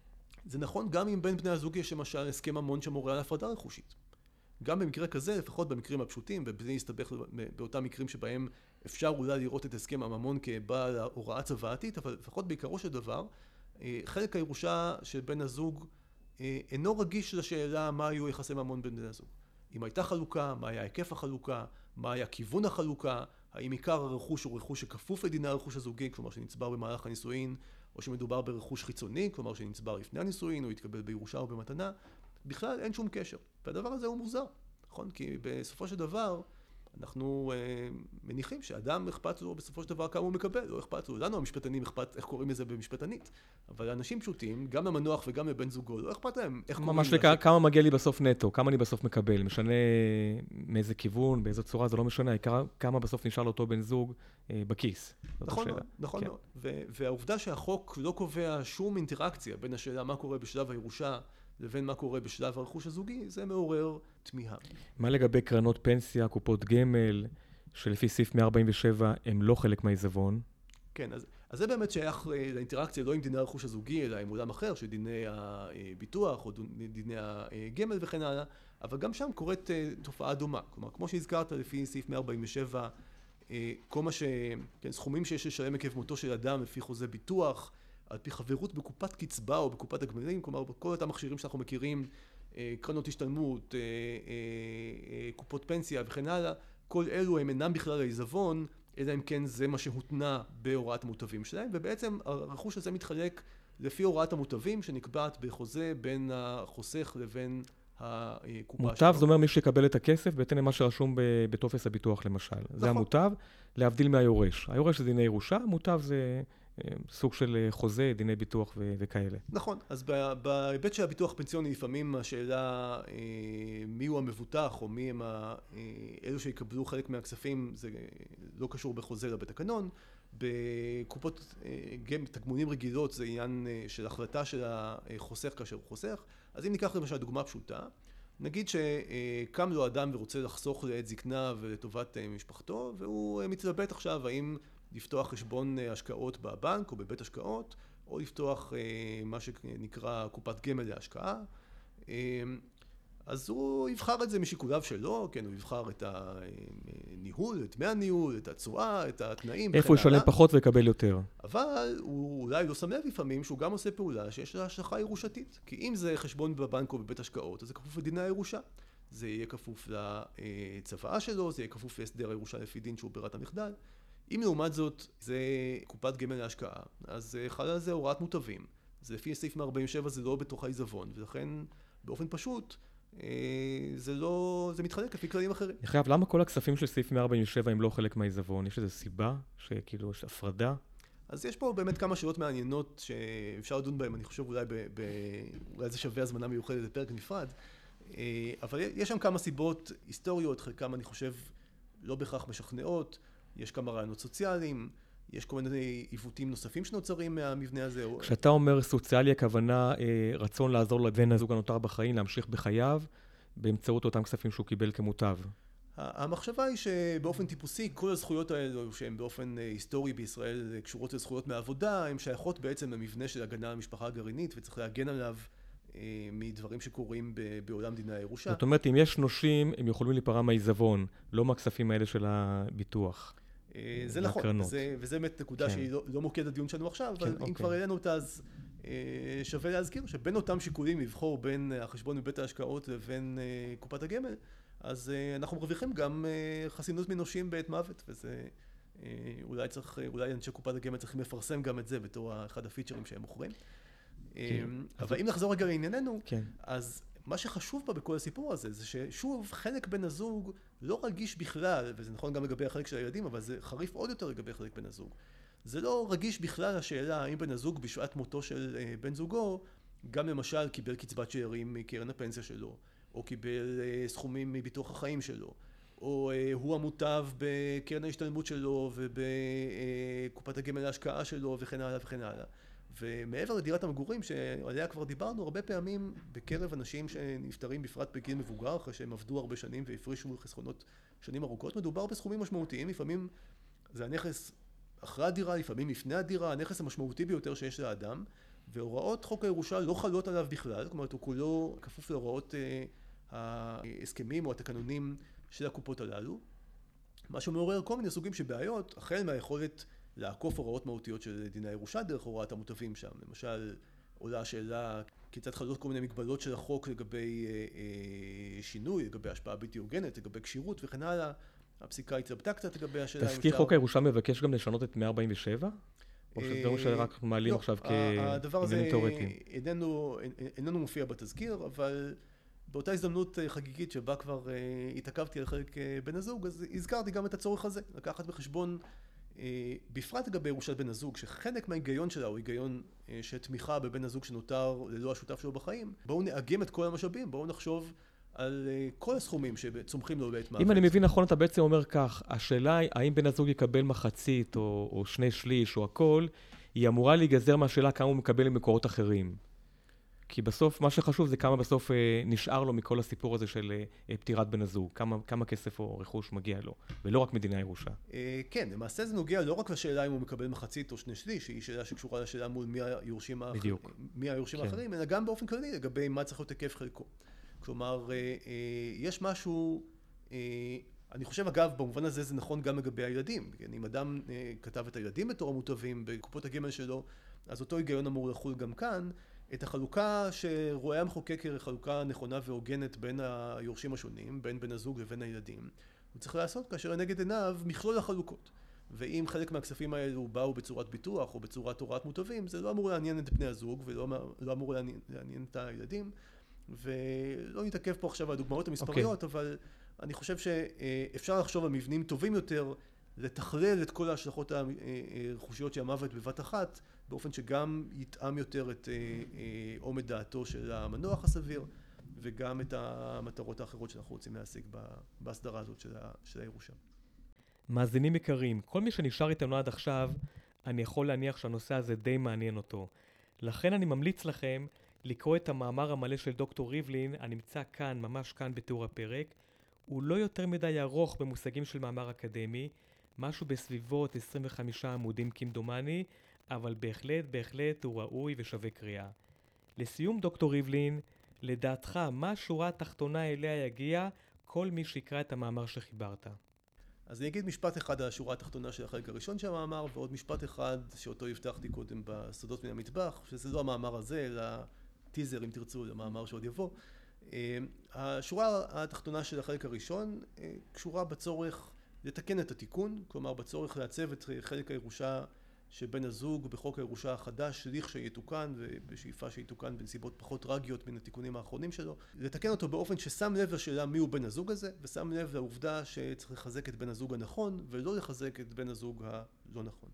זה נכון גם אם בין בני הזוג יש למשל הסכם ממון שמורה על הפרדה רכושית. גם במקרה כזה, לפחות במקרים הפשוטים, ובלי להסתבך באותם מקרים שבהם אפשר אולי לראות את הסכם הממון כבעל הוראה צוואתית, אבל לפחות בעיקרו של דבר, חלק הירושה של בן הזוג אינו רגיש לשאלה מה היו יחסי ממון בין בני הזוג. אם הייתה חלוקה, מה היה היקף החלוקה, מה היה כיוון החלוקה, האם עיקר הרכוש הוא רכוש שכפוף לדיני הרכוש הזוגי, כלומר שנצבר במהלך הנישואין, או שמדובר ברכוש חיצוני, כלומר שנצבר לפני הנישואין, או יתקבל בירושה או במתנה, בכלל אין שום קשר. והדבר הזה הוא מוזר, נכון? כי בסופו של דבר אנחנו מניחים שאדם אכפת לו בסופו של דבר כמה הוא מקבל, לא אכפת לו. לנו המשפטנים אכפת איך קוראים לזה במשפטנית, אבל אנשים פשוטים, גם למנוח וגם לבן זוגו, לא אכפת להם איך קוראים לזה. ממש כמה מגיע לי בסוף נטו, כמה אני בסוף מקבל, משנה מאיזה כיוון, באיזו צורה, זה לא משנה, העיקר כמה בסוף נשאר לאותו בן זוג בכיס. נכון מאוד. והעובדה שהחוק לא קובע שום אינטראקציה בין השאלה מה קורה בשלב הירושה לבין מה קורה בשלב הרכוש הזוגי, זה מעורר תמיהה. מה לגבי קרנות פנסיה, קופות גמל, שלפי סעיף 147 הם לא חלק מהעיזבון? כן, אז זה באמת שייך לאינטראקציה לא עם דיני הרכוש הזוגי, אלא עם עולם אחר, של דיני הביטוח או דיני הגמל וכן הלאה, אבל גם שם קורית תופעה דומה. כלומר, כמו שהזכרת לפי סעיף 147, כל מה סכומים שיש לשלם עקב מותו של אדם לפי חוזה ביטוח, על פי חברות בקופת קצבה או בקופת הגמלים, כלומר, כל אותם מכשירים שאנחנו מכירים קרנות השתלמות, קופות פנסיה וכן הלאה, כל אלו הם אינם בכלל העיזבון, אלא אם כן זה מה שהותנה בהוראת המוטבים שלהם, ובעצם הרכוש הזה מתחלק לפי הוראת המוטבים שנקבעת בחוזה בין החוסך לבין הקופה שלו. מוטב זה אומר מי שיקבל את הכסף בהתאם למה שרשום בטופס הביטוח למשל. נכון. זה המוטב, להבדיל מהיורש. היורש זה דיני ירושה, מוטב זה סוג של חוזה, דיני ביטוח וכאלה. נכון, אז בהיבט של הביטוח הפנסיוני לפעמים השאלה מי הוא המבוטח או מי הם אלו שיקבלו חלק מהכספים, זה לא קשור בחוזה אלא בתקנון. בקופות תגמולים רגילות זה עניין של החלטה של החוסך כאשר הוא חוסך. אז אם ניקח למשל דוגמה פשוטה, נגיד שקם לו אדם ורוצה לחסוך לעת זקנה ולטובת משפחתו, והוא מתלבט עכשיו האם לפתוח חשבון השקעות בבנק או בבית השקעות, או לפתוח מה שנקרא קופת גמל להשקעה. אז הוא יבחר את זה משיקוליו שלו, כן, הוא יבחר את הניהול, את דמי הניהול, את התשואה, את התנאים. איפה הוא ישלם פחות ויקבל יותר. אבל הוא אולי לא שם לב לפעמים שהוא גם עושה פעולה שיש לה השלכה ירושתית. כי אם זה חשבון בבנק או בבית השקעות, אז זה כפוף לדיני הירושה. זה יהיה כפוף לצוואה שלו, זה יהיה כפוף להסדר הירושה לפי דין שהוא ברירת המחדל. אם לעומת זאת זה קופת גמל להשקעה, אז חלה על זה הוראת מוטבים. זה לפי סעיף 147, זה לא בתוך העיזבון, ולכן באופן פשוט זה מתחלק לפי כללים אחרים. אני חייב, למה כל הכספים של סעיף 147 הם לא חלק מהעיזבון? יש איזו סיבה שכאילו יש הפרדה? אז יש פה באמת כמה שאלות מעניינות שאפשר לדון בהן, אני חושב אולי זה שווה הזמנה מיוחדת לפרק נפרד, אבל יש שם כמה סיבות היסטוריות, חלקם אני חושב לא בהכרח משכנעות, יש כמה רעיונות סוציאליים, יש כל מיני עיוותים נוספים שנוצרים מהמבנה הזה. כשאתה אומר סוציאלי, הכוונה רצון לעזור לבן הזוג הנותר בחיים, להמשיך בחייו, באמצעות אותם כספים שהוא קיבל כמוטב. המחשבה היא שבאופן טיפוסי, כל הזכויות האלו שהן באופן היסטורי בישראל קשורות לזכויות מעבודה, הן שייכות בעצם למבנה של הגנה על המשפחה הגרעינית, וצריך להגן עליו מדברים שקורים בעולם דיני הירושה. זאת אומרת, אם יש נושים, הם יכולים להיפרע מהעיזבון, לא מהכספים האלה של הביטוח. זה נכון, וזה באמת נקודה שהיא לא מוקד הדיון שלנו עכשיו, אבל אם כבר העלינו אותה, אז שווה להזכיר שבין אותם שיקולים לבחור בין החשבון מבית ההשקעות לבין קופת הגמל, אז אנחנו מרוויחים גם חסינות מנושים בעת מוות, וזה אולי אנשי קופת הגמל צריכים לפרסם גם את זה בתור אחד הפיצ'רים שהם מוכרים. אבל אם נחזור רגע לענייננו, אז מה שחשוב פה בכל הסיפור הזה, זה ששוב, חלק בן הזוג לא רגיש בכלל, וזה נכון גם לגבי החלק של הילדים, אבל זה חריף עוד יותר לגבי חלק בן הזוג. זה לא רגיש בכלל השאלה האם בן הזוג בשעת מותו של בן זוגו, גם למשל קיבל קצבת שאירים מקרן הפנסיה שלו, או קיבל סכומים מביטוח החיים שלו, או הוא המוטב בקרן ההשתלמות שלו ובקופת הגמל להשקעה שלו וכן הלאה וכן הלאה. ומעבר לדירת המגורים שעליה כבר דיברנו, הרבה פעמים בקרב אנשים שנפטרים בפרט בגיל מבוגר, אחרי שהם עבדו הרבה שנים והפרישו חסכונות שנים ארוכות, מדובר בסכומים משמעותיים, לפעמים זה הנכס אחרי הדירה, לפעמים לפני הדירה, הנכס המשמעותי ביותר שיש לאדם, והוראות חוק הירושה לא חלות עליו בכלל, כלומר הוא כולו כפוף להוראות ההסכמים או התקנונים של הקופות הללו, מה שמעורר כל מיני סוגים של בעיות, החל מהיכולת לעקוף הוראות מהותיות של דיני הירושה דרך הוראת המוטבים שם. למשל, עולה השאלה כיצד חלות כל מיני מגבלות של החוק לגבי שינוי, לגבי השפעה בלתי הוגנת, לגבי קשירות וכן הלאה. הפסיקה התלבטה קצת לגבי השאלה. תזכיר חוק הירושה מבקש גם לשנות את 147? או שזה דברים שרק מעלים עכשיו כעניינים תיאורטיים? איננו מופיע בתזכיר, אבל באותה הזדמנות חגיגית שבה כבר התעכבתי על חלק בן הזוג, אז הזכרתי גם את הצורך הזה, לקחת בחשבון בפרט לגבי ירושת בן הזוג, שחלק מההיגיון שלה הוא היגיון של תמיכה בבן הזוג שנותר ללא השותף שלו בחיים. בואו נאגם את כל המשאבים, בואו נחשוב על כל הסכומים שצומחים לו בעת מוות. אם אני מבין נכון, אתה בעצם אומר כך, השאלה היא האם בן הזוג יקבל מחצית או שני שליש או הכל, היא אמורה להיגזר מהשאלה כמה הוא מקבל ממקורות אחרים. כי בסוף, מה שחשוב זה כמה בסוף נשאר לו מכל הסיפור הזה של פטירת בן הזוג, כמה כסף או רכוש מגיע לו, ולא רק מדיני הירושה. כן, למעשה זה נוגע לא רק לשאלה אם הוא מקבל מחצית או שני שליש, שהיא שאלה שקשורה לשאלה מול מי היורשים האחרים, אלא גם באופן כללי לגבי מה צריך להיות היקף חלקו. כלומר, יש משהו, אני חושב אגב, במובן הזה זה נכון גם לגבי הילדים. אם אדם כתב את הילדים בתור המוטבים בקופות הגמל שלו, אז אותו היגיון אמור לחול גם כאן. את החלוקה שרואה המחוקק כחלוקה נכונה והוגנת בין היורשים השונים, בין בן הזוג לבין הילדים, הוא צריך לעשות כאשר לנגד עיניו מכלול החלוקות. ואם חלק מהכספים האלו באו בצורת ביטוח או בצורת הוראת מוטבים, זה לא אמור לעניין את בני הזוג ולא אמור לעניין את הילדים. ולא נתעכב פה עכשיו על הדוגמאות המספריות, אבל אני חושב שאפשר לחשוב על מבנים טובים יותר, לתכלל את כל ההשלכות הרכושיות של המוות בבת אחת, באופן שגם יתאם יותר את עומד דעתו של המנוח הסביר, וגם את המטרות האחרות שאנחנו רוצים להשיג בהסדרה הזאת של הירושה. מאזינים יקרים, כל מי שנשאר איתנו עד עכשיו, אני יכול להניח שהנושא הזה די מעניין אותו. לכן אני ממליץ לכם לקרוא את המאמר המלא של דוקטור ריבלין, הנמצא כאן, ממש כאן בתיאור הפרק. הוא לא יותר מדי ארוך במושגים של מאמר אקדמי, משהו בסביבות 25 עמודים כמדומני, אבל בהחלט הוא ראוי ושווה קריאה. לסיום דוקטור ריבלין, לדעתך מה השורה התחתונה אליה יגיע כל מי שיקרא את המאמר שחיברת? אז אני אגיד משפט אחד על השורה התחתונה של החלק הראשון של המאמר, ועוד משפט אחד שאותו הבטחתי קודם בסודות מן המטבח, שזה לא המאמר הזה, אלא טיזר אם תרצו למאמר שעוד יבוא. השורה התחתונה של החלק הראשון קשורה בצורך לתקן את התיקון, כלומר בצורך לעצב את חלק הירושה שבן הזוג בחוק הירושה החדש, לכשיתוקן ובשאיפה שיתוקן בנסיבות פחות טרגיות מן התיקונים האחרונים שלו, לתקן אותו באופן ששם לב לשאלה מי הוא בן הזוג הזה, ושם לב לעובדה שצריך לחזק את בן הזוג הנכון ולא לחזק את בן הזוג הלא נכון.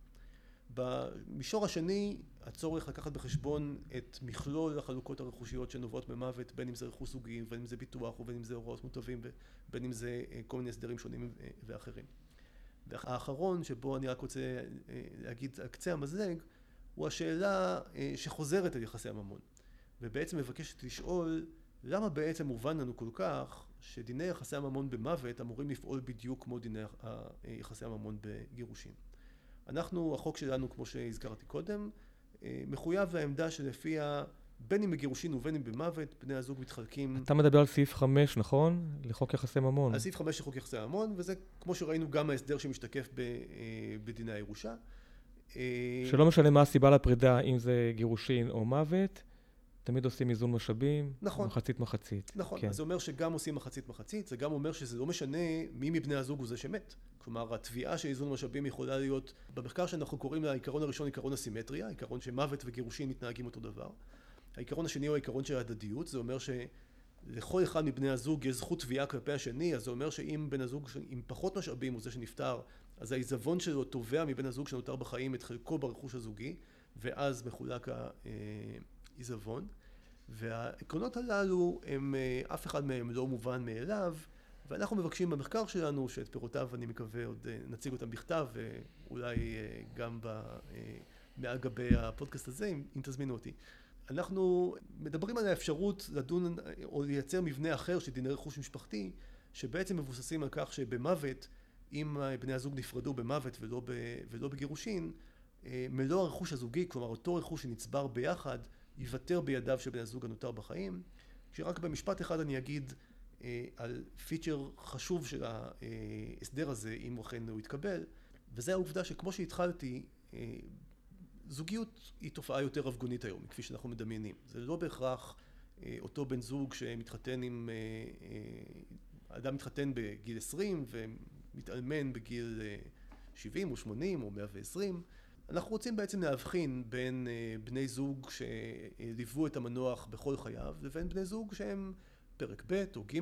במישור השני, הצורך לקחת בחשבון את מכלול החלוקות הרכושיות שנובעות ממוות, בין אם זה רכוש זוגי, בין אם זה ביטוח, ובין אם זה הוראות מוטבים, ובין אם זה כל מיני הסדרים שונים ואחרים. והאחרון, שבו אני רק רוצה להגיד על קצה המזלג, הוא השאלה שחוזרת על יחסי הממון. ובעצם מבקשת לשאול, למה בעצם מובן לנו כל כך שדיני יחסי הממון במוות אמורים לפעול בדיוק כמו דיני יחסי הממון בגירושין. אנחנו, החוק שלנו, כמו שהזכרתי קודם, מחויב לעמדה שלפיה בין אם בגירושין ובין אם במוות, בני הזוג מתחלקים... אתה מדבר על סעיף 5, נכון? לחוק יחסי ממון. על סעיף 5 לחוק יחסי ממון, וזה כמו שראינו גם ההסדר שמשתקף בדיני הירושה. שלא משנה מה הסיבה לפרידה, אם זה גירושין או מוות, תמיד עושים איזון משאבים, נכון. מחצית. נכון, כן. אז זה אומר שגם עושים מחצית, זה גם אומר שזה לא משנה מי מבני הזוג הוא זה שמת. כלומר, התביעה של איזון משאבים יכולה להיות, במחקר שאנחנו קוראים לה, העיקרון הראשון, עיקרון הסימטריה, העיקרון שמוות וגירושין מתנהגים אותו דבר. העיקרון השני הוא העיקרון של ההדדיות, זה אומר שלכל אחד מבני הזוג יש זכות תביעה כלפי השני, אז זה אומר שאם בן הזוג עם פחות משאבים הוא זה שנפטר, אז העיזבון שלו תובע מבן הזוג שנותר בחיים את חלקו ברכוש הזוגי, ואז מחולק העיזבון. והעקרונות הללו, אף אחד מהם לא מובן מאליו, ואנחנו מבקשים במחקר שלנו, שאת פירותיו אני מקווה עוד נציג אותם בכתב, ואולי גם מעל גבי הפודקאסט הזה, אם תזמינו אותי. אנחנו מדברים על האפשרות לדון או לייצר מבנה אחר של דיני רכוש משפחתי, שבעצם מבוססים על כך שבמוות, אם בני הזוג נפרדו במוות ולא בגירושין, מלוא הרכוש הזוגי, כלומר אותו רכוש שנצבר ביחד, יוותר בידיו של בן הזוג הנותר בחיים. כשרק במשפט אחד אני אגיד על פיצ'ר חשוב של ההסדר הזה, אם אכן הוא יתקבל, וזה העובדה שכמו שהתחלתי, זוגיות היא תופעה יותר רבגונית היום, כפי שאנחנו מדמיינים. זה לא בהכרח אותו בן זוג שמתחתן עם... האדם מתחתן בגיל 20 ומתאלמן בגיל 70 או 80 או 120. אנחנו רוצים בעצם להבחין בין בני זוג שליוו את המנוח בכל חייו, לבין בני זוג שהם פרק ב' או ג',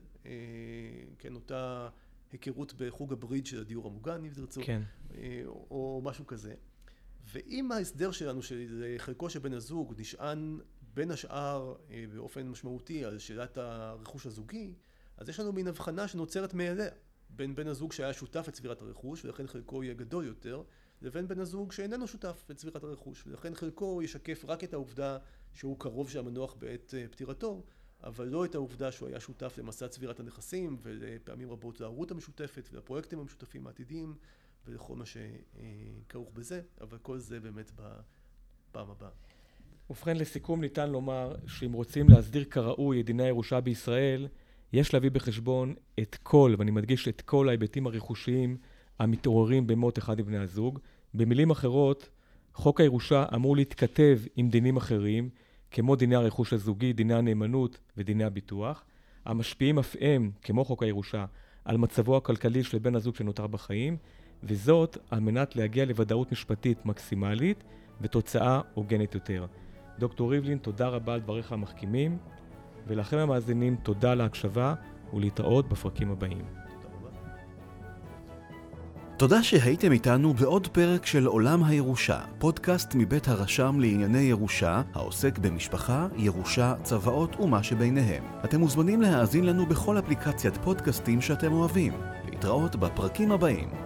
כן, אותה היכרות בחוג הבריד של הדיור המוגן, אם תרצו, כן. או משהו כזה. ואם ההסדר שלנו של חלקו של בן הזוג נשען בין השאר באופן משמעותי על שאלת הרכוש הזוגי, אז יש לנו מין הבחנה שנוצרת מאליה, בין בן הזוג שהיה שותף לצבירת הרכוש, ולכן חלקו יהיה גדול יותר, לבין בן הזוג שאיננו שותף לצבירת הרכוש, ולכן חלקו ישקף רק את העובדה שהוא קרוב של המנוח בעת פטירתו, אבל לא את העובדה שהוא היה שותף למסע צבירת הנכסים, ולפעמים רבות להורות המשותפת, ולפרויקטים המשותפים העתידיים, ולכל מה שכרוך בזה, אבל כל זה באמת בפעם הבאה. ובכן, לסיכום ניתן לומר שאם רוצים להסדיר כראוי את דיני הירושה בישראל, יש להביא בחשבון את כל, ואני מדגיש את כל ההיבטים הרכושיים המתעוררים במות אחד מבני הזוג. במילים אחרות, חוק הירושה אמור להתכתב עם דינים אחרים, כמו דיני הרכוש הזוגי, דיני הנאמנות ודיני הביטוח, המשפיעים אף הם, כמו חוק הירושה, על מצבו הכלכלי של בן הזוג שנותר בחיים, וזאת על מנת להגיע לוודאות משפטית מקסימלית ותוצאה הוגנת יותר. דוקטור ריבלין, תודה רבה על דבריך המחכימים, ולכם המאזינים תודה על ההקשבה ולהתראות בפרקים הבאים. תודה שהייתם איתנו בעוד פרק של עולם הירושה, פודקאסט מבית הרשם לענייני ירושה, העוסק במשפחה, ירושה, צוואות ומה שביניהם. אתם מוזמנים להאזין לנו בכל אפליקציית פודקאסטים שאתם אוהבים. להתראות בפרקים הבאים.